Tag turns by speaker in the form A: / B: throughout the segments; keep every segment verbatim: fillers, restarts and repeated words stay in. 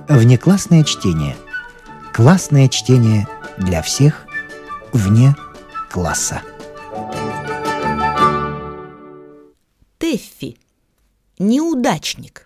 A: Внеклассное чтение. Классное чтение для всех вне класса.
B: Тэффи. Неудачник.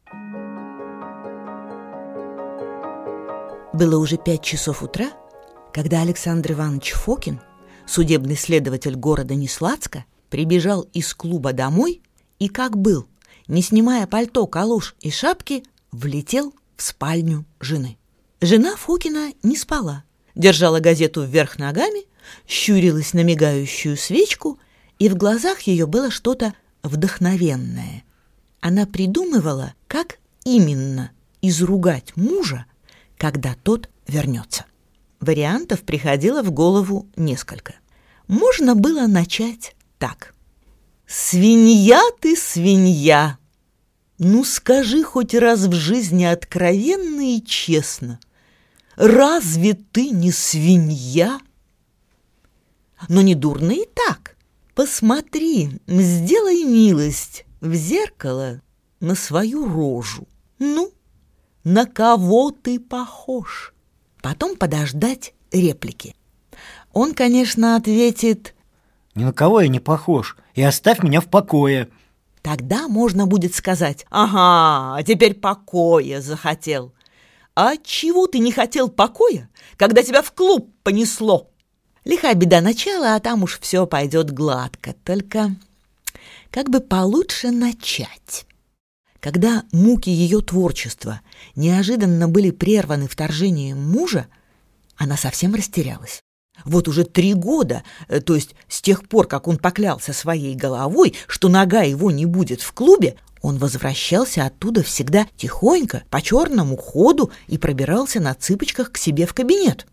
B: Было уже пять часов утра, когда Александр Иванович Фокин, судебный следователь города Неслацка, прибежал из клуба домой и, как был, не снимая пальто, калош и шапки, влетел в спальню жены. Жена Фокина не спала, держала газету вверх ногами, щурилась на мигающую свечку, и в глазах ее было что-то вдохновенное. Она придумывала, как именно изругать мужа, когда тот вернется. Вариантов приходило в голову несколько. Можно было начать так. «Свинья ты, свинья! Ну скажи хоть раз в жизни откровенно и честно, разве ты не свинья?» Но не дурно и так. Посмотри, сделай милость в зеркало на свою рожу. Ну, на кого ты похож? Потом подождать реплики. Он, конечно, ответит:
A: «Ни на кого я не похож, и оставь меня в покое».
B: Тогда можно будет сказать: «Ага, а теперь покоя захотел. А чего ты не хотел покоя, когда тебя в клуб понесло?» Лиха беда начала, а там уж все пойдет гладко. Только как бы получше начать? Когда муки ее творчества неожиданно были прерваны вторжением мужа, она совсем растерялась. Вот уже три года, то есть с тех пор, как он поклялся своей головой, что нога его не будет в клубе, он возвращался оттуда всегда тихонько, по черному ходу и пробирался на цыпочках к себе в кабинет.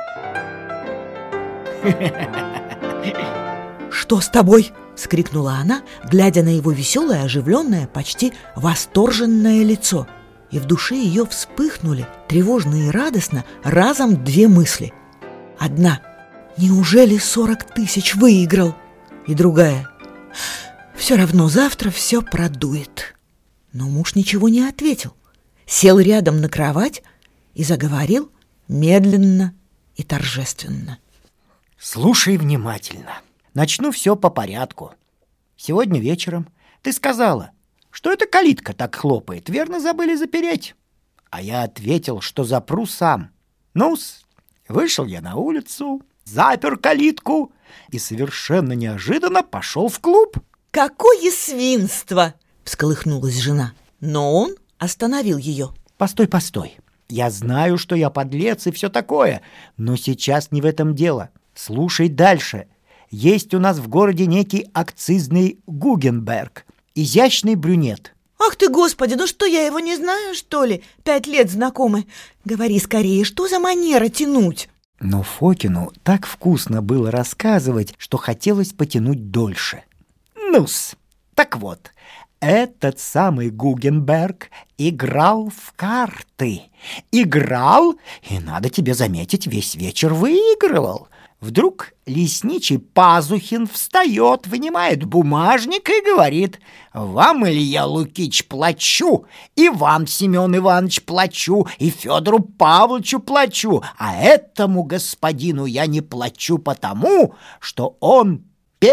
B: «Что с тобой?» — вскрикнула она, глядя на его веселое, оживленное, почти восторженное лицо. И в душе ее вспыхнули, тревожно и радостно, разом две мысли. Одна: неужели сорок тысяч выиграл? И другая: все равно завтра все продует. Но муж ничего не ответил. Сел рядом на кровать и заговорил медленно и торжественно.
A: Слушай внимательно. Начну все по порядку. Сегодня вечером ты сказала, что эта калитка так хлопает, верно, забыли запереть? А я ответил, что запру сам. Ну-с, вышел я на улицу, запер калитку и совершенно неожиданно пошел в клуб.
B: «Какое свинство!» — всколыхнулась жена. Но он остановил ее.
A: «Постой, постой. Я знаю, что я подлец и все такое, но сейчас не в этом дело. Слушай дальше. Есть у нас в городе некий акцизный Гугенберг, изящный брюнет».
B: «Ах ты, Господи, ну что, я его не знаю, что ли? Пять лет знакомы. Говори скорее, что за манера тянуть?»
A: Но Фокину так вкусно было рассказывать, что хотелось потянуть дольше. Ну-с, так вот, этот самый Гугенберг играл в карты. Играл, и, надо тебе заметить, весь вечер выигрывал. Вдруг лесничий Пазухин встает, вынимает бумажник и говорит: «Вам, Илья Лукич, плачу, и вам, Семен Иванович, плачу, и Федору Павловичу плачу, а этому господину я не плачу потому, что он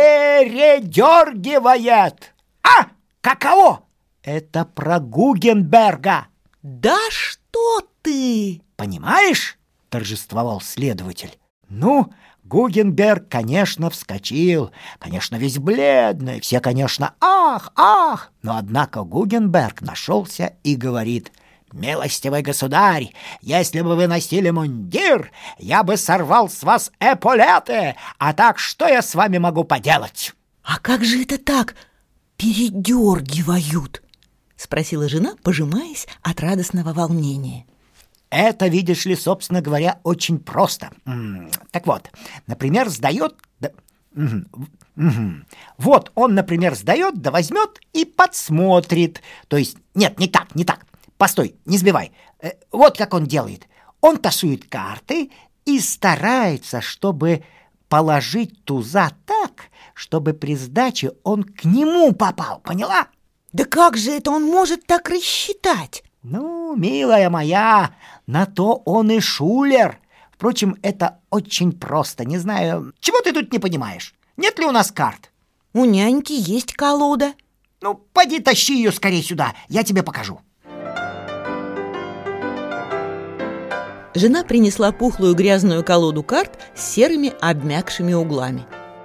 A: передергивает». А, каково? Это про Гугенберга.
B: «Да что ты!»
A: «Понимаешь?» — торжествовал следователь. Ну, Гугенберг, конечно, вскочил, конечно, весь бледный, все, конечно, ах, ах, но однако Гугенберг нашелся и говорит: «Милостивый государь, если бы вы носили мундир, я бы сорвал с вас эполеты, а так что я с вами могу поделать?»
B: «А как же это так передергивают?» — спросила жена, пожимаясь от радостного волнения.
A: Это, видишь ли, собственно говоря, очень просто. Так вот, например, сдает... Да, угу, угу. Вот он, например, сдает, да возьмет и подсмотрит. То есть, нет, не так, не так. Постой, не сбивай. Вот как он делает. Он тасует карты и старается, чтобы положить туза так, чтобы при сдаче он к нему попал, поняла?
B: Да как же это он может так рассчитать?
A: Ну, милая моя, на то он и шулер. Впрочем, это очень просто. Не знаю, чего ты тут не понимаешь? Нет ли у нас карт?
B: У няньки есть колода.
A: Ну, поди тащи ее скорее сюда, я тебе покажу.
B: Жена принесла пухлую грязную колоду карт с серыми обмякшими углами.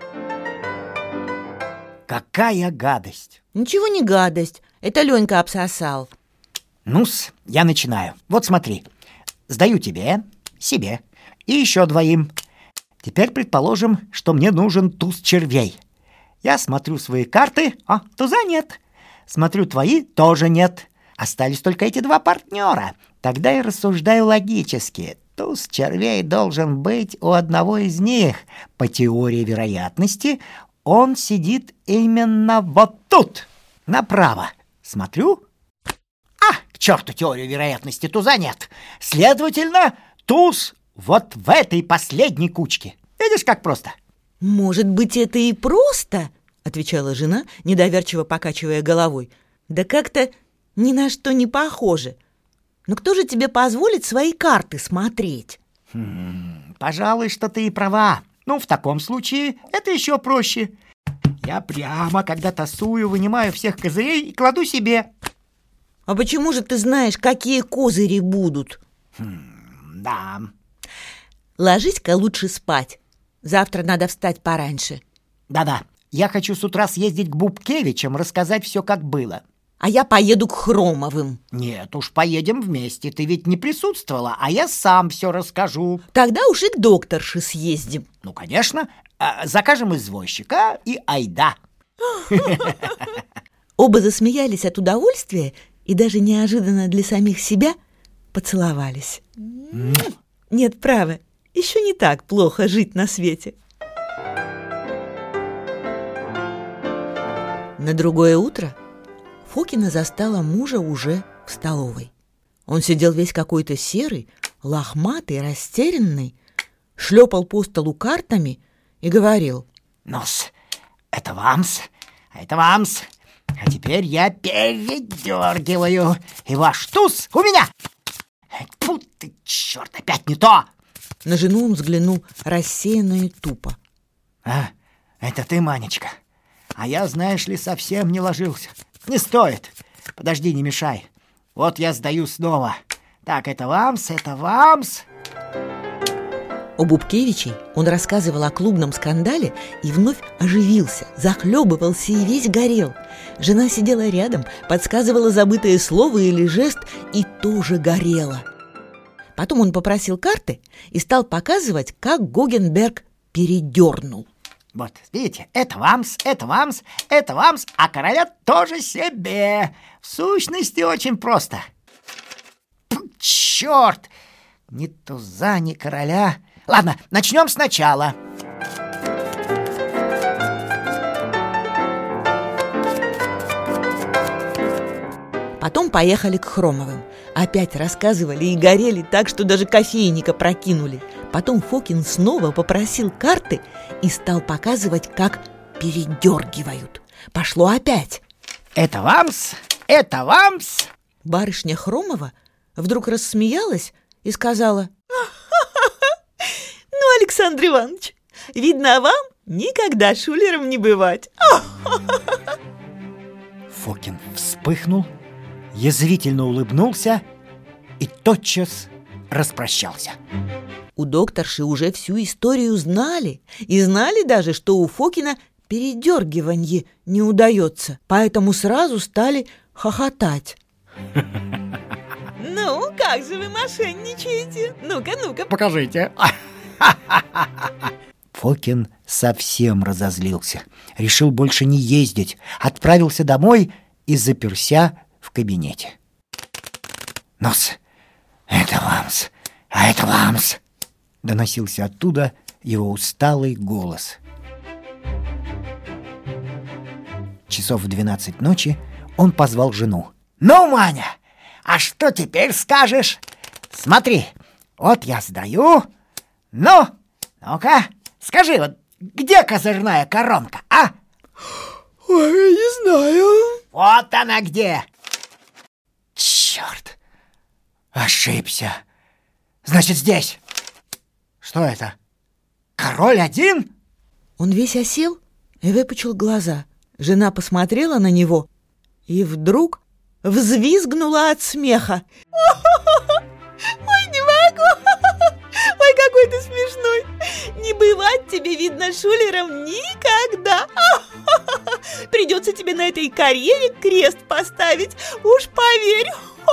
A: Какая гадость!
B: Ничего не гадость, это Ленька обсосал.
A: Ну-с, я начинаю. Вот смотри, сдаю тебе, себе и еще двоим. Теперь предположим, что мне нужен туз червей. Я смотрю свои карты, а туза нет. Смотрю твои, тоже нет. Остались только эти два партнера. Тогда я рассуждаю логически. Туз червей должен быть у одного из них. По теории вероятности он сидит именно вот тут, направо. Смотрю. А, к черту теорию вероятности, туза нет. Следовательно, туз вот в этой последней кучке. Видишь, как просто?
B: Может быть, это и просто, отвечала жена, недоверчиво покачивая головой. Да как-то ни на что не похоже. Но кто же тебе позволит свои карты смотреть?
A: Хм, пожалуй, что ты и права. Ну, в таком случае это еще проще. Я прямо, когда тасую, вынимаю всех козырей и кладу себе.
B: А почему же ты знаешь, какие козыри будут?
A: Хм, да.
B: Ложись-ка лучше спать. Завтра надо встать пораньше.
A: Да-да, я хочу с утра съездить к Бубкевичам, рассказать все, как было.
B: А я поеду к Хромовым.
A: Нет уж, поедем вместе. Ты ведь не присутствовала, а я сам все расскажу.
B: Тогда уж и к докторше съездим.
A: Ну, конечно. Закажем извозчика и айда.
B: Оба засмеялись от удовольствия и даже неожиданно для самих себя поцеловались. Нет, право, еще не так плохо жить на свете. На другое утро Фокина застала мужа уже в столовой. Он сидел весь какой-то серый, лохматый, растерянный, шлепал по столу картами и говорил:
A: «Ну-с, это вам-с, а это вам-с. А теперь я передергиваю, и ваш туз у меня. Фу ты, черт, опять не то!»
B: На жену он взглянул рассеянно и тупо.
A: «А, это ты, Манечка. А я, знаешь ли, совсем не ложился. Не стоит. Подожди, не мешай. Вот я сдаю снова. Так, это вам-с, это вам-с».
B: У Бубкевичей он рассказывал о клубном скандале и вновь оживился, захлебывался и весь горел. Жена сидела рядом, подсказывала забытое слово или жест и тоже горела. Потом он попросил карты и стал показывать, как Гогенберг передернул.
A: Вот, видите, это вам-с, это вам-с, это вам-с, а короля тоже себе. В сущности, очень просто. Пу, черт! Ни туза, ни короля. Ладно, начнем сначала.
B: Потом поехали к Хромовым. Опять рассказывали и горели так, что даже кофейника прокинули. Потом Фокин снова попросил карты и стал показывать, как передергивают. Пошло опять.
A: Это вам-с, это вам-с.
B: Барышня Хромова вдруг рассмеялась и сказала: «Ну, Александр Иванович, видно, вам никогда шулером не бывать».
A: Фокин вспыхнул, язвительно улыбнулся и тотчас распрощался.
B: У докторши уже всю историю знали, и знали даже, что у Фокина передергиванье не удается, поэтому сразу стали хохотать. «Ну, как же вы мошенничаете? Ну-ка, ну-ка,
A: покажите». Фокин совсем разозлился, решил больше не ездить, отправился домой и заперся в кабинете. «Ну-с, это вам-с, а это вам-с», — доносился оттуда его усталый голос. Часов в двенадцать ночи он позвал жену. «Ну, Маня, а что теперь скажешь? Смотри, вот я сдаю. Ну, ну-ка, скажи, вот где козырная коронка, а?»
B: «Ой, не знаю».
A: «Вот она где!» «Черт, Ошибся. Значит, здесь. Что это? Король один?
B: Он весь осел и выпучил глаза. Жена посмотрела на него и вдруг взвизгнула от смеха. Ой, не могу! Ой, какой ты смешной! Не бывать тебе, видно, шулером никогда! Придется тебе на этой карьере крест поставить, уж поверь!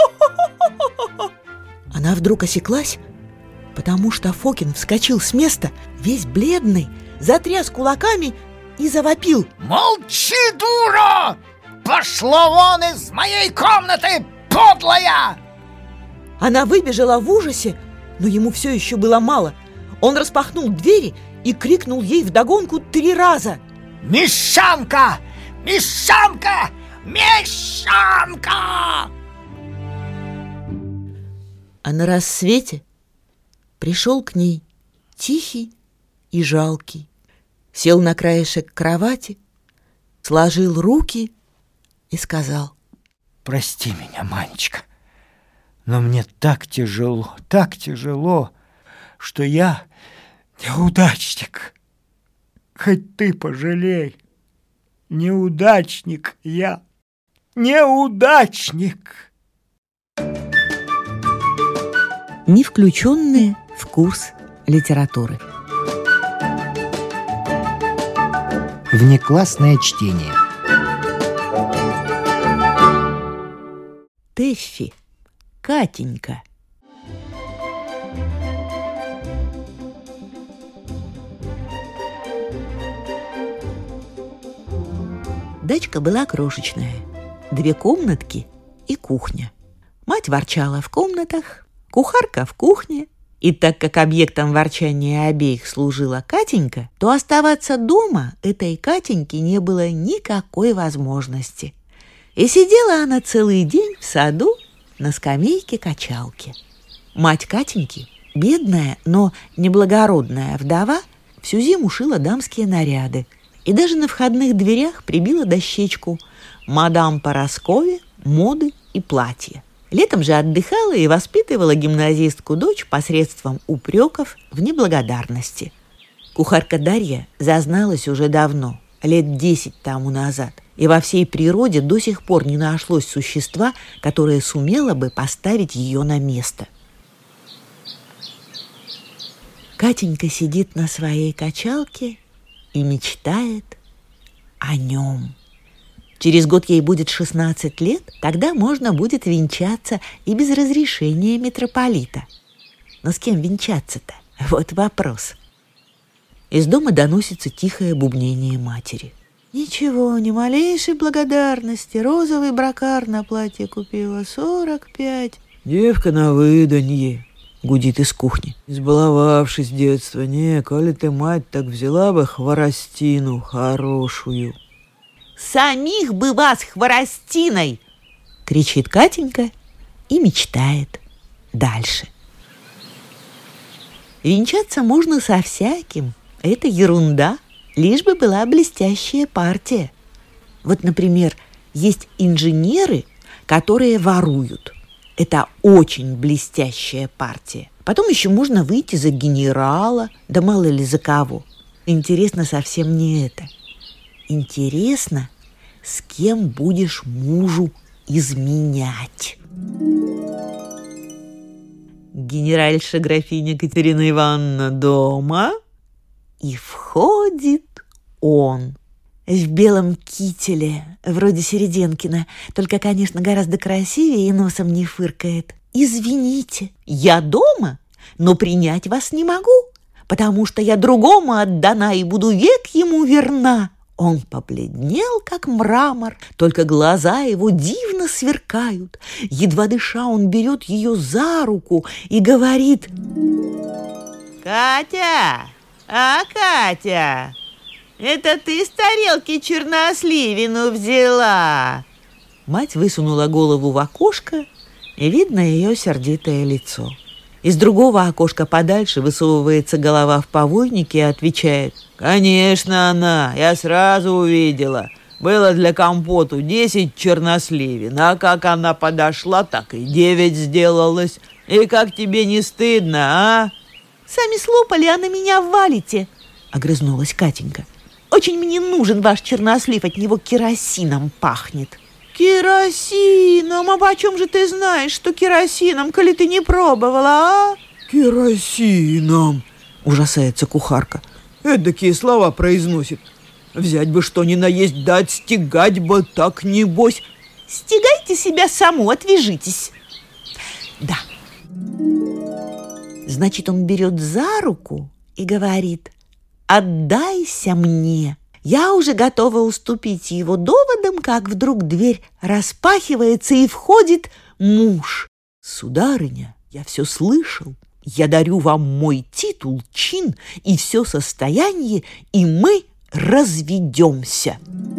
B: Она вдруг осеклась, потому что Фокин вскочил с места, весь бледный, затряс кулаками и завопил:
A: «Молчи, дура! Пошла вон из моей комнаты, подлая!»
B: Она выбежала в ужасе, но ему все еще было мало. Он распахнул двери и крикнул ей вдогонку три раза:
A: «Мещанка! Мещанка! Мещанка!»
B: А на рассвете пришел к ней тихий и жалкий, сел на краешек кровати, сложил руки и сказал:
A: «Прости меня, Манечка, но мне так тяжело, так тяжело, что я неудачник. Хоть ты пожалей, неудачник я, неудачник!»
B: Не включенные в курс литературы.
A: Внеклассное чтение.
B: Тэффи, Катенька. Дачка была крошечная, две комнатки и кухня. Мать ворчала в комнатах, кухарка в кухне. И так как объектом ворчания обеих служила Катенька, то оставаться дома этой Катеньке не было никакой возможности. И сидела она целый день в саду на скамейке-качалке. Мать Катеньки, бедная, но неблагородная вдова, всю зиму шила дамские наряды и даже на входных дверях прибила дощечку «Мадам Парасковья, моды и платья». Летом же отдыхала и воспитывала гимназистку-дочь посредством упреков в неблагодарности. Кухарка Дарья зазналась уже давно, лет десять тому назад, и во всей природе до сих пор не нашлось существа, которое сумело бы поставить ее на место. Катенька сидит на своей качалке и мечтает о нем. Через год ей будет шестнадцать лет, тогда можно будет венчаться и без разрешения митрополита. Но с кем венчаться-то? Вот вопрос. Из дома доносится тихое бубнение матери. «Ничего, ни малейшей благодарности. Розовый брокар на платье купила сорок пять. Девка на выданье», — гудит из кухни. «Избаловавшись с детства, не, коли ты, мать, так взяла бы хворостину хорошую». «Самих бы вас хворостиной!» — кричит Катенька и мечтает дальше. Венчаться можно со всяким. Это ерунда, лишь бы была блестящая партия. Вот, например, есть инженеры, которые воруют. Это очень блестящая партия. Потом еще можно выйти за генерала, да мало ли за кого. Интересно совсем не это. Интересно, с кем будешь мужу изменять. Генеральша графиня Катерина Ивановна дома, и входит он в белом кителе, вроде Середенкина, только, конечно, гораздо красивее и носом не фыркает. «Извините, я дома, но принять вас не могу, потому что я другому отдана и буду век ему верна». Он побледнел, как мрамор, только глаза его дивно сверкают. Едва дыша, он берет ее за руку и говорит: «Катя, а, Катя, это ты с тарелки черносливину взяла?» Мать высунула голову в окошко, и видно ее сердитое лицо. Из другого окошка подальше высовывается голова в повойнике и отвечает: «Конечно она, я сразу увидела.
C: Было для компоту десять черносливин, а как она подошла, так и девять сделалось. И как тебе не стыдно, а?
B: Сами слопали, а на меня валите, огрызнулась Катенька. Очень мне нужен ваш чернослив, от него керосином пахнет.
C: Керосином? А почем же ты знаешь, что керосином, коли ты не пробовала, а? Керосином, ужасается кухарка. Эдакие слова произносит. Взять бы что ни на есть, да отстегать бы, так небось.
B: Стегайте себя саму, отвяжитесь. Да. Значит, он берет за руку и говорит: «Отдайся мне». Я уже готова уступить его доводам, как вдруг дверь распахивается, и входит муж. «Сударыня, я все слышал. Я дарю вам мой титул, чин и все состояние, и мы разведемся».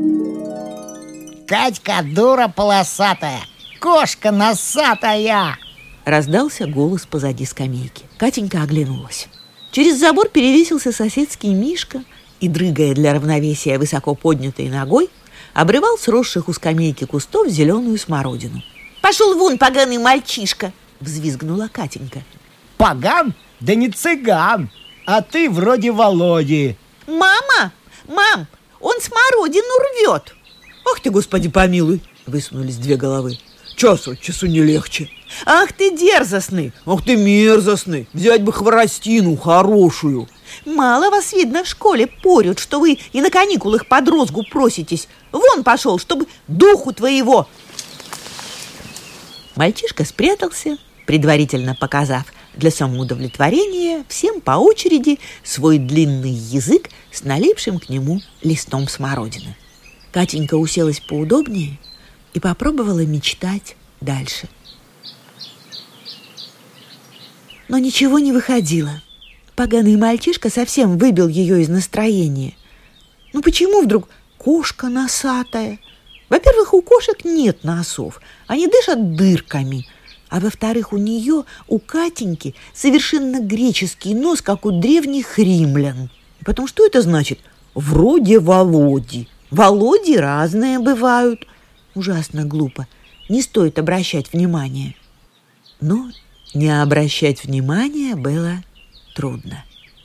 A: Катька дура полосатая, кошка носатая!
B: Раздался голос позади скамейки. Катенька оглянулась. Через забор перевесился соседский Мишка и, дрыгая для равновесия высоко поднятой ногой, обрывал сросших у скамейки кустов зеленую смородину. «Пошел вон, поганый мальчишка!» — взвизгнула Катенька.
A: Поган? Да не цыган, а ты вроде Володи.
B: «Мама! Мам! Он смородину рвет!»
C: «Ах ты, Господи помилуй!» — высунулись две головы. «Час от часу не легче!»
B: «Ах ты дерзостный!»
C: «Ах ты мерзостный! Взять бы хворостину хорошую!»
B: «Мало вас, видно, в школе порют, что вы и на каникулах под розгу проситесь. Вон пошел, чтобы духу твоего!» Мальчишка спрятался, предварительно показав для самоудовлетворения всем по очереди свой длинный язык с налипшим к нему листом смородины. Катенька уселась поудобнее и попробовала мечтать дальше. Но ничего не выходило. Поганый мальчишка совсем выбил ее из настроения. Ну почему вдруг кошка носатая? Во-первых, у кошек нет носов, они дышат дырками. А во-вторых, у нее, у Катеньки, совершенно греческий нос, как у древних римлян. И потом, что это значит? Вроде Володи. Володи разные бывают. Ужасно глупо. Не стоит обращать внимания. Но не обращать внимания было трудно.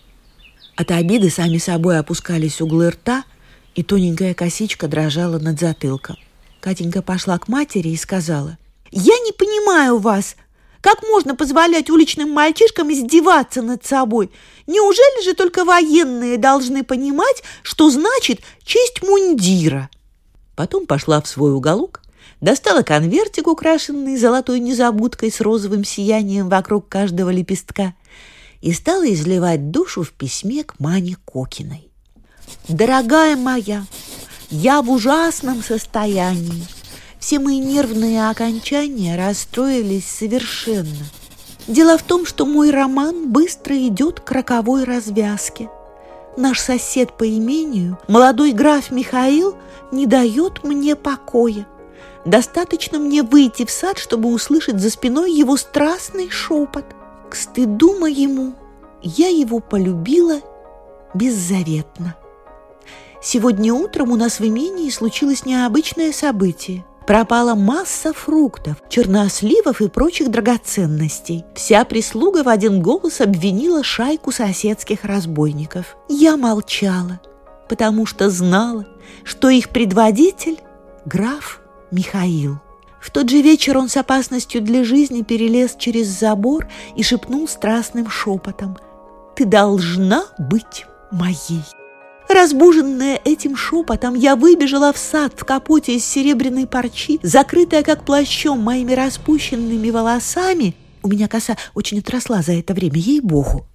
B: От обиды сами собой опускались углы рта, и тоненькая косичка дрожала над затылком. Катенька пошла к матери и сказала: «Я не понимаю вас. Как можно позволять уличным мальчишкам издеваться над собой? Неужели же только военные должны понимать, что значит честь мундира?» Потом пошла в свой уголок, достала конвертик, украшенный золотой незабудкой с розовым сиянием вокруг каждого лепестка, и стала изливать душу в письме к Мане Кокиной. «Дорогая моя, я в ужасном состоянии. Все мои нервные окончания расстроились совершенно. Дело в том, что мой роман быстро идет к роковой развязке. Наш сосед по имению, молодой граф Михаил, не дает мне покоя. Достаточно мне выйти в сад, чтобы услышать за спиной его страстный шепот. К стыду моему я его полюбила беззаветно. Сегодня утром у нас в имении случилось необычное событие. Пропала масса фруктов, черносливов и прочих драгоценностей. Вся прислуга в один голос обвинила шайку соседских разбойников. Я молчала, потому что знала, что их предводитель – граф Михаил. В тот же вечер он с опасностью для жизни перелез через забор и шепнул страстным шепотом: «Ты должна быть моей». Разбуженная этим шепотом, я выбежала в сад в капоте из серебряной парчи, закрытая как плащом моими распущенными волосами. У меня коса очень отросла за это время, ей-богу.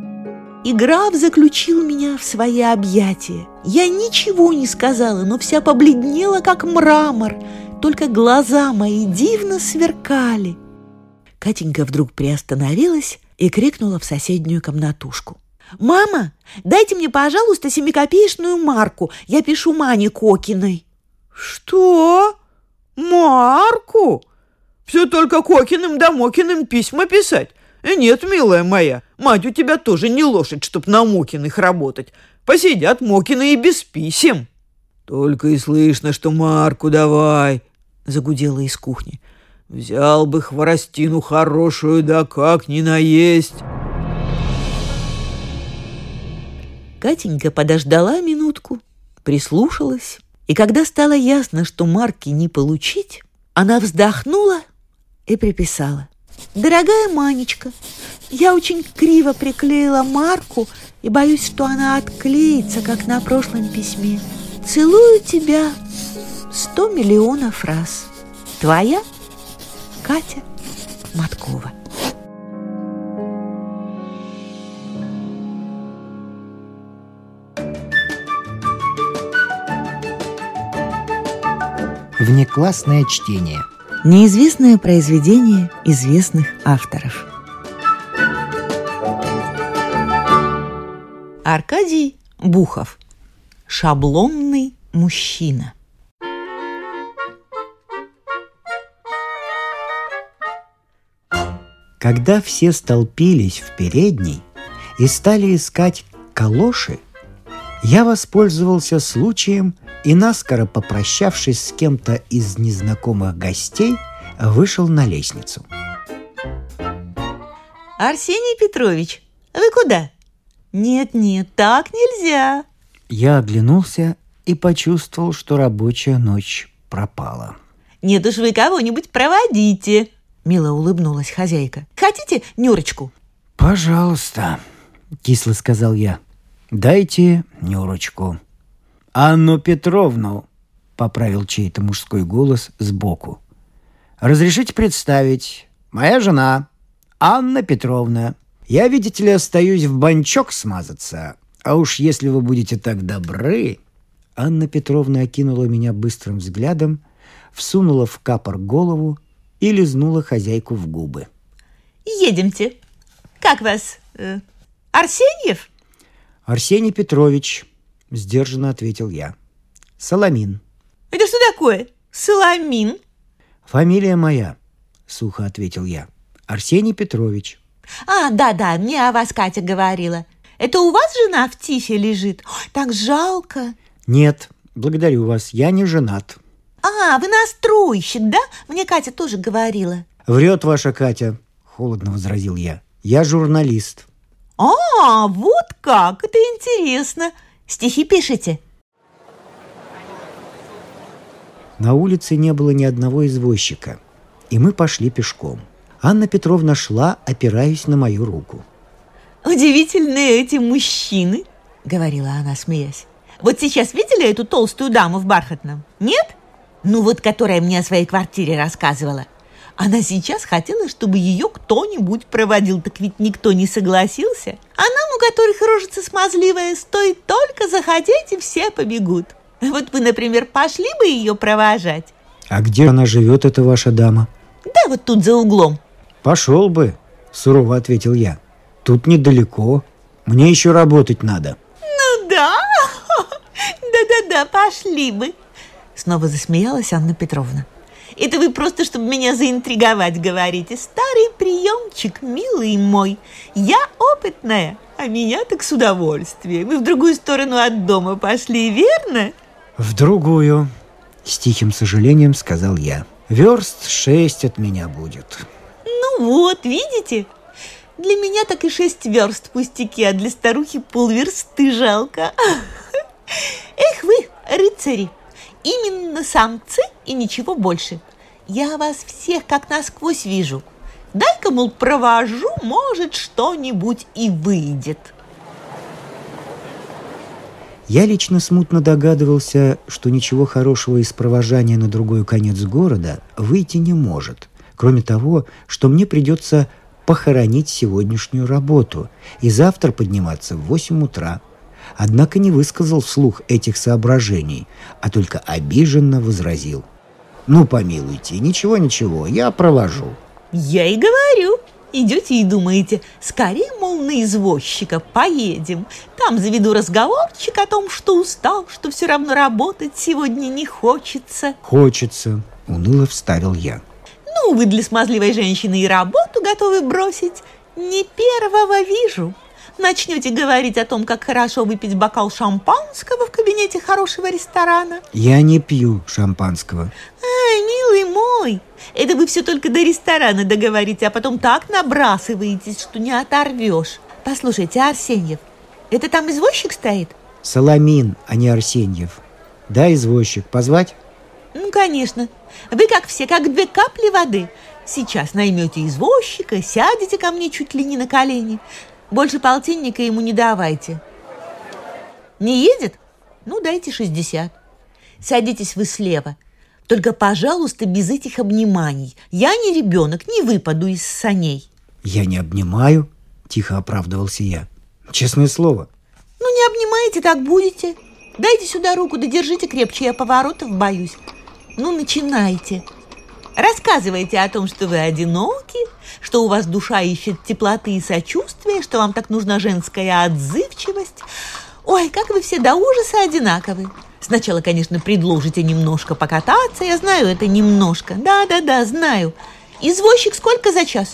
B: И граф заключил меня в свои объятия. Я ничего не сказала, но вся побледнела, как мрамор. Только глаза мои дивно сверкали. Катенька вдруг приостановилась и крикнула в соседнюю комнатушку: «Мама, дайте мне, пожалуйста, семикопеечную марку. Я пишу Мане Кокиной».
C: «Что? Марку? Все только Кокиным да Мокиным письма писать? Нет, милая моя, мать у тебя тоже не лошадь, чтоб на Мокиных работать. Посидят Мокины и без писем». Только и слышно, что Марку давай, загудела из кухни. Взял бы хворостину хорошую, да как не наесть.
B: Катенька подождала минутку, прислушалась, и когда стало ясно, что Марки не получить, она вздохнула и приписала: «Дорогая Манечка, я очень криво приклеила марку и боюсь, что она отклеится, как на прошлом письме. Целую тебя сто миллионов раз. Твоя Катя Маткова».
A: Внеклассное чтение.
B: Неизвестное произведение известных авторов. Аркадий Бухов. Шаблонный мужчина.
A: Когда все столпились в передней и стали искать калоши, я воспользовался случаем и, наскоро попрощавшись с кем-то из незнакомых гостей, вышел на лестницу.
B: Арсений Петрович, вы куда? Нет-нет, так нельзя.
A: Я оглянулся и почувствовал, что рабочая ночь пропала.
B: Нет уж, вы кого-нибудь проводите, мило улыбнулась хозяйка. Хотите Нюрочку?
A: Пожалуйста, кисло сказал я. Дайте Нюрочку. Анну Петровну, поправил чей-то мужской голос сбоку. Разрешите представить, моя жена Анна Петровна. Я, видите ли, остаюсь в банчок смазаться, а уж если вы будете так добры... Анна Петровна окинула меня быстрым взглядом, всунула в капор голову и лизнула хозяйку в губы.
B: Едемте. Как вас? Э, Арсеньев?
A: Арсений Петрович, сдержанно ответил я. Соломин.
B: Это что такое? Соломин?
A: Фамилия моя, сухо ответил я. Арсений Петрович.
B: А, да-да, мне о вас Катя говорила. Это у вас жена в тифе лежит? Ой, так жалко.
A: Нет, благодарю вас, я не женат.
B: А, вы настройщик, да? Мне Катя тоже говорила.
A: Врет ваша Катя, холодно возразил я. Я журналист.
B: А, вот как, это интересно. Стихи пишете?
A: На улице не было ни одного извозчика, и мы пошли пешком. Анна Петровна шла, опираясь на мою руку.
B: «Удивительные эти мужчины», — говорила она, смеясь. «Вот сейчас видели эту толстую даму в бархатном? Нет? Ну вот, которая мне о своей квартире рассказывала. Она сейчас хотела, чтобы ее кто-нибудь проводил, так ведь никто не согласился. А нам, у которых рожица смазливая, стоит только захотеть, и все побегут. Вот вы, например, пошли бы ее провожать?»
A: А где она живет, эта ваша дама?
B: Да вот тут за углом.
A: Пошел бы, сурово ответил я. Тут недалеко. Мне еще работать надо.
B: Ну да, да-да-да, пошли бы. Снова засмеялась Анна Петровна. Это вы просто, чтобы меня заинтриговать, говорите. Старый приемчик, милый мой. Я опытная, а меня так с удовольствием. Вы в другую сторону от дома пошли, верно?
A: В другую, с тихим сожалением сказал я. Верст шесть от меня будет.
B: Ну вот, видите? Для меня так и шесть верст пустяки, а для старухи полверсты жалко. Эх вы, рыцари, именно самцы и ничего больше. Я вас всех как насквозь вижу. Дай-ка, мол, провожу, может, что-нибудь и выйдет.
A: Я лично смутно догадывался, что ничего хорошего из провожания на другой конец города выйти не может, кроме того, что мне придется похоронить сегодняшнюю работу и завтра подниматься в восемь утра. Однако не высказал вслух этих соображений, а только обиженно возразил. «Ну, помилуйте, ничего-ничего, я провожу».
B: Я и говорю. Идете и думаете, скорее, мол, на извозчика поедем. Там заведу разговорчик о том, что устал, что все равно работать сегодня не хочется.
A: «Хочется», — уныло вставил я.
B: Ну, вы для смазливой женщины и работу готовы бросить. Не первого вижу. начнете говорить о том, как хорошо выпить бокал шампанского в кабинете хорошего ресторана.
A: Я не пью шампанского.
B: Эй, милый мой, это вы все только до ресторана договорите, а потом так набрасываетесь, что не оторвешь. Послушайте, Арсеньев, это там извозчик стоит?
A: Соломин, а не Арсеньев. Да, извозчик, позвать?
B: Ну, конечно. Вы, как все, как две капли воды. Сейчас наймете извозчика, сядете ко мне чуть ли не на колени. Больше полтинника ему не давайте. Не едет? Ну, дайте шестьдесят. Садитесь вы слева. Только, пожалуйста, без этих обниманий. Я не ребенок, не выпаду из саней.
A: Я не обнимаю, тихо оправдывался я. Честное слово.
B: Ну, не обнимаете, так будете. Дайте сюда руку, да держите крепче, я поворотов боюсь. Ну, начинайте. Рассказывайте о том, что вы одиноки, что у вас душа ищет теплоты и сочувствия, что вам так нужна женская отзывчивость. Ой, как вы все до ужаса одинаковы. Сначала, конечно, предложите немножко покататься. Я знаю, это немножко. Да-да-да, знаю. Извозчик сколько за час?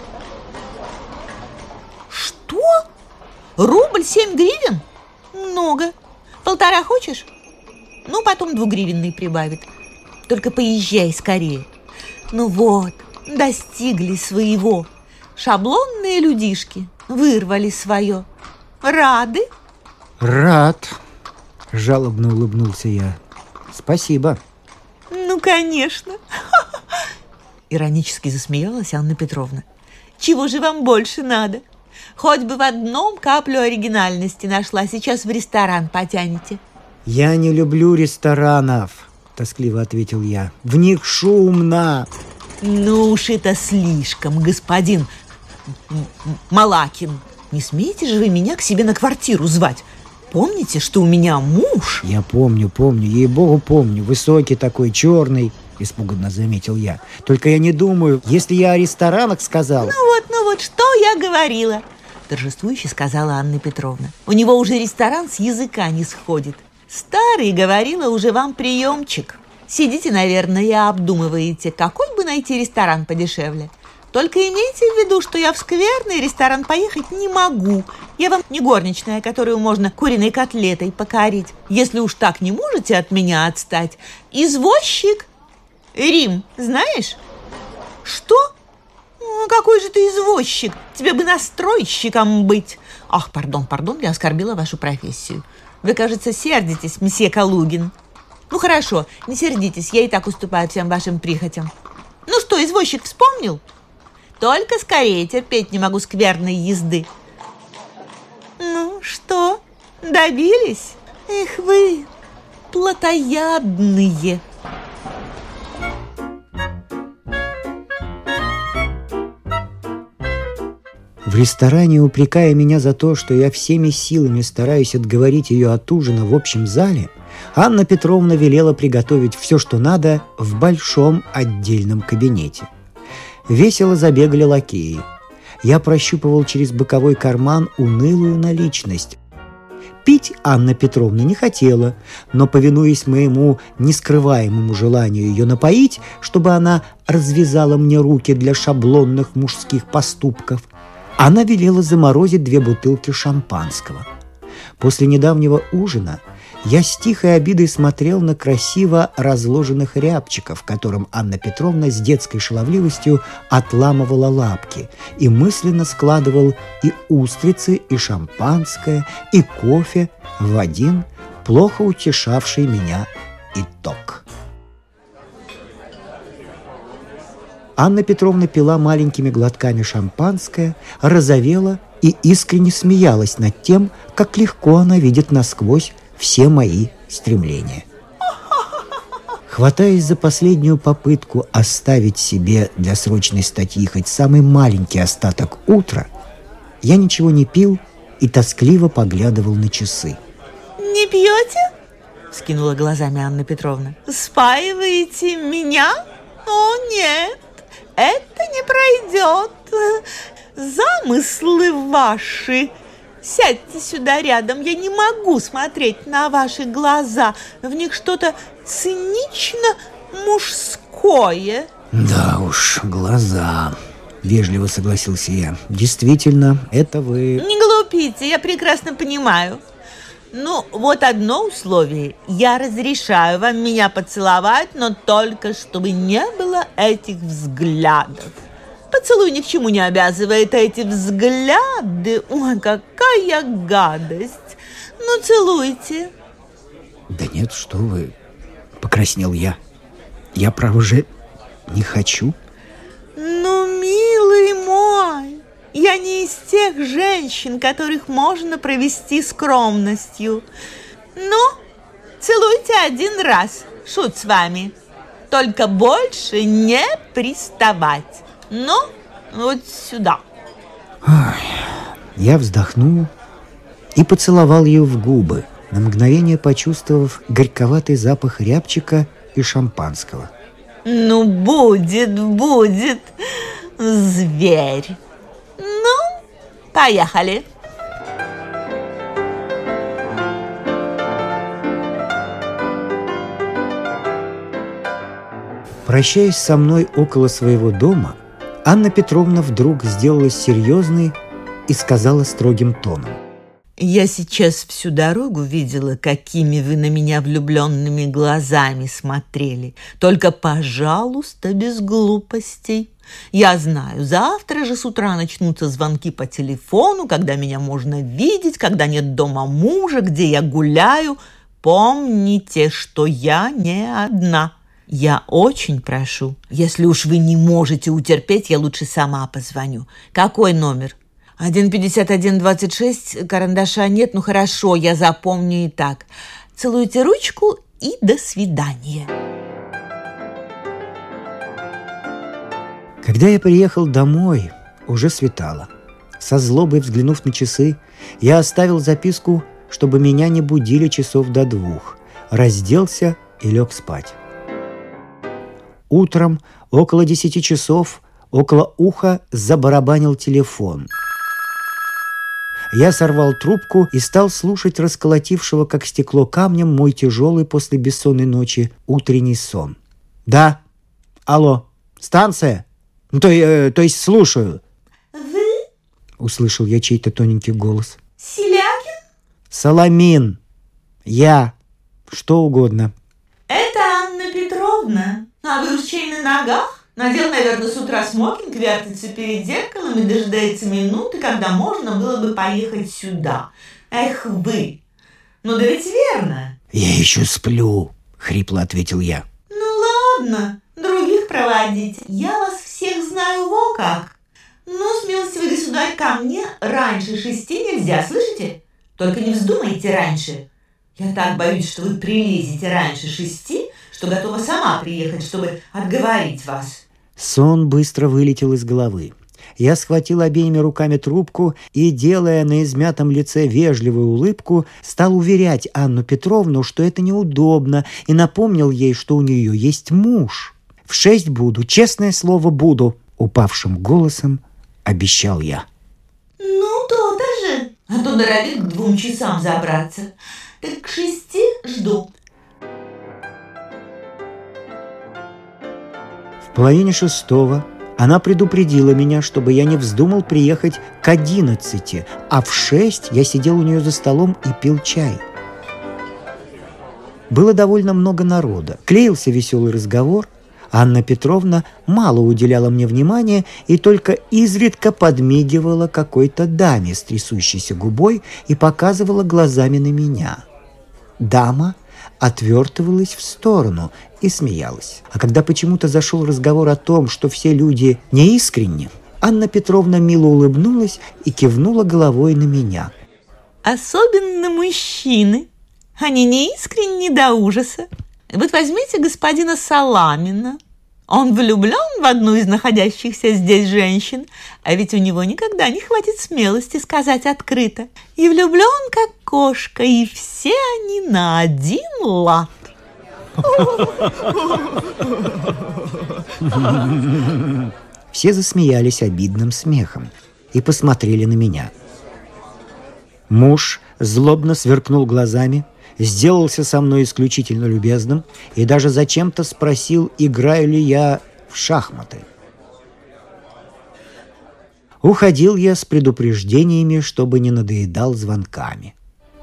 B: Что? Рубль семь гривен? Много. Полтора хочешь? Ну, потом двугривенный прибавит. Только поезжай скорее. Ну вот, достигли своего. Шаблонные людишки вырвали свое. Рады?
A: Рад, жалобно улыбнулся я. Спасибо.
B: Ну, конечно. Иронически засмеялась Анна Петровна. Чего же вам больше надо? Хоть бы в одном каплю оригинальности нашла. Сейчас в ресторан потянете.
A: Я не люблю ресторанов, тоскливо ответил я. В них шумно.
B: Ну уж это слишком, господин Малакин. Не смеете же вы меня к себе на квартиру звать? Помните, что у меня муж?
A: Я помню, помню, ей-богу помню. Высокий такой, черный, испуганно заметил я. Только я не думаю, если я о ресторанах сказал...
B: Ну вот, ну вот, что я говорила? Торжествующе сказала Анна Петровна. У него уже ресторан с языка не сходит. Старый, говорила, уже вам приемчик. Сидите, наверное, и обдумываете, какой бы найти ресторан подешевле. Только имейте в виду, что я в скверный ресторан поехать не могу. Я вам не горничная, которую можно куриной котлетой покорить. Если уж так не можете от меня отстать. Извозчик. Рим, знаешь? Что? Ну, какой же ты извозчик? Тебе бы настройщиком быть. Ах, пардон, пардон, я оскорбила вашу профессию. Вы, кажется, сердитесь, месье Калугин. Ну, хорошо, не сердитесь, я и так уступаю всем вашим прихотям. Ну что, извозчик вспомнил? Только скорее, терпеть не могу скверной езды. Ну, что, добились? Эх вы, плотоядные.
A: В ресторане, упрекая меня за то, что я всеми силами стараюсь отговорить ее от ужина в общем зале, Анна Петровна велела приготовить все, что надо, в большом отдельном кабинете. Весело забегали лакеи. Я прощупывал через боковой карман унылую наличность. Пить Анна Петровна не хотела, но, повинуясь моему нескрываемому желанию ее напоить, чтобы она развязала мне руки для шаблонных мужских поступков, она велела заморозить две бутылки шампанского. После недавнего ужина я с тихой обидой смотрел на красиво разложенных рябчиков, которым Анна Петровна с детской шаловливостью отламывала лапки, и мысленно складывал и устрицы, и шампанское, и кофе в один плохо утешавший меня итог. Анна Петровна пила маленькими глотками шампанское, розовела и искренне смеялась над тем, как легко она видит насквозь все мои стремления. Хватаясь за последнюю попытку оставить себе для срочной статьи хоть самый маленький остаток утра, я ничего не пил и тоскливо поглядывал на часы.
B: «Не пьете?» — вскинула глазами Анна Петровна. «Спаиваете меня? О, нет, это не пройдет. Замыслы ваши. Сядьте сюда рядом, я не могу смотреть на ваши глаза. В них что-то цинично мужское».
A: Да уж, глаза, вежливо согласился я. Действительно, это вы...
B: Не глупите. глупите, я прекрасно понимаю. Ну, вот одно условие. Я разрешаю вам меня поцеловать, но только чтобы не было этих взглядов. Поцелуй ни к чему не обязывает, а эти взгляды... Ой, какая гадость! Ну, целуйте.
A: Да нет, что вы, покраснел я. Я, право же, не хочу.
B: Ну, милый мой, я не из тех женщин, которых можно провести скромностью. Ну, целуйте один раз, шут с вами. Только больше не приставать. Ну, вот сюда.
A: Ой, я вздохнул и поцеловал ее в губы, на мгновение почувствовав горьковатый запах рябчика и шампанского.
B: Ну, будет, будет, зверь. Ну, поехали.
A: Прощаясь со мной около своего дома, Анна Петровна вдруг сделалась серьезной и сказала строгим тоном:
B: Я сейчас всю дорогу видела, какими вы на меня влюбленными глазами смотрели. Только, пожалуйста, без глупостей. Я знаю, завтра же с утра начнутся звонки по телефону, когда меня можно видеть, когда нет дома мужа, где я гуляю. Помните, что я не одна. Я очень прошу, если уж вы не можете утерпеть, я лучше сама позвоню. Какой номер? один пятьдесят один двадцать шесть, карандаша нет, ну хорошо, я запомню и так. Целуйте ручку и до свидания.
A: Когда я приехал домой, уже светало. Со злобой взглянув на часы, я оставил записку, чтобы меня не будили часов до двух, разделся и лег спать. Утром, около десяти часов, около уха забарабанил телефон. Я сорвал трубку и стал слушать расколотившего, как стекло камнем, мой тяжелый после бессонной ночи утренний сон. «Да? Алло? Станция? Ну, то, э, то есть слушаю».
B: «Вы?»
A: — услышал я чей-то тоненький голос.
B: «Селякин?»
A: «Соломин. Я. Что угодно».
B: «Это Анна Петровна. А вы ручей на ногах? Надел, наверное, с утра смокинг, вертится перед зеркалом и дожидается минуты, когда можно было бы поехать сюда. Эх вы! Ну да ведь верно!»
A: «Я еще сплю», — хрипло ответил я.
B: «Ну ладно, других проводите. Я вас всех знаю во как. Ну, смилостивый государь, ко мне раньше шести нельзя, слышите? Только не вздумайте раньше. Я так боюсь, что вы прилезете раньше шести, что готова сама приехать, чтобы отговорить вас».
A: Сон быстро вылетел из головы. Я схватил обеими руками трубку и, делая на измятом лице вежливую улыбку, стал уверять Анну Петровну, что это неудобно, и напомнил ей, что у нее есть муж. «В шесть буду, честное слово, буду», — упавшим голосом обещал я.
B: «Ну, то-то же, а то норовит к двум часам забраться. Так к шести жду».
A: В половине шестого она предупредила меня, чтобы я не вздумал приехать к одиннадцати, а в шесть я сидел у нее за столом и пил чай. Было довольно много народа, клеился веселый разговор. Анна Петровна мало уделяла мне внимания и только изредка подмигивала какой-то даме с трясущейся губой и показывала глазами на меня. Дама отвертывалась в сторону и смеялась. А когда почему-то зашел разговор о том, что все люди неискренни, Анна Петровна мило улыбнулась и кивнула головой на меня.
B: «Особенно мужчины. Они неискренни до ужаса. Вот возьмите господина Саламина. Он влюблен в одну из находящихся здесь женщин, а ведь у него никогда не хватит смелости сказать открыто. И влюблен, как кошка, и все они на один лад».
A: Все засмеялись обидным смехом и посмотрели на меня. Муж злобно сверкнул глазами, сделался со мной исключительно любезным и даже зачем-то спросил, играю ли я в шахматы. Уходил я с предупреждениями, чтобы не надоедал звонками.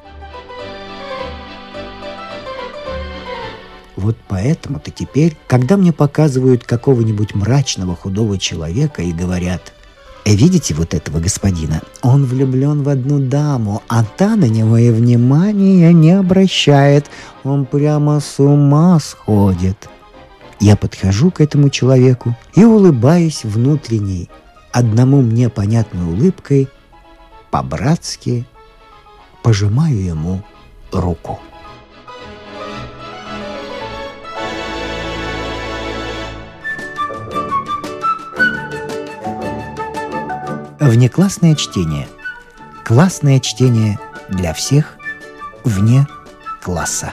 A: Вот поэтому-то теперь, когда мне показывают какого-нибудь мрачного худого человека и говорят: «Видите вот этого господина? Он влюблен в одну даму, а та на него и внимания не обращает. Он прямо с ума сходит». Я подхожу к этому человеку и, улыбаясь внутренней, одному мне понятной улыбкой, по-братски пожимаю ему руку. Внеклассное чтение. Классное чтение для всех вне класса.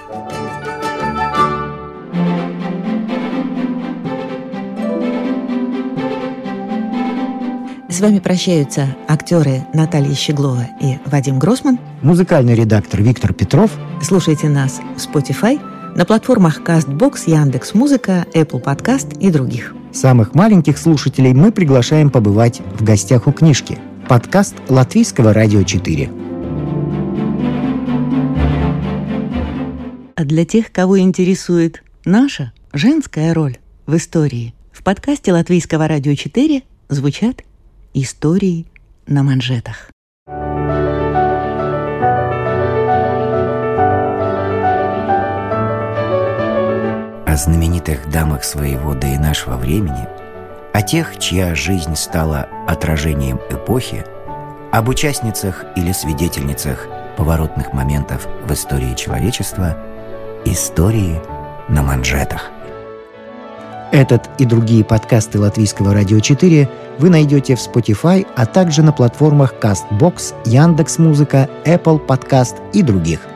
B: С вами прощаются актеры Наталья Щеглова и Вадим Гроссман.
A: Музыкальный редактор Виктор Петров.
B: Слушайте нас в Spotify, на платформах CastBox, Яндекс.Музыка, Apple Podcast и других.
A: Самых маленьких слушателей мы приглашаем побывать в гостях у книжки. Подкаст Латвийского радио четыре.
B: А для тех, кого интересует наша женская роль в истории, в подкасте Латвийского радио четыре звучат истории на манжетах.
A: О знаменитых дамах своего, да и нашего времени, о тех, чья жизнь стала отражением эпохи, об участницах или свидетельницах поворотных моментов в истории человечества, истории на манжетах. Этот и другие подкасты Латвийского радио четыре вы найдете в Spotify, а также на платформах CastBox, Яндекс.Музыка, Apple Podcast и других.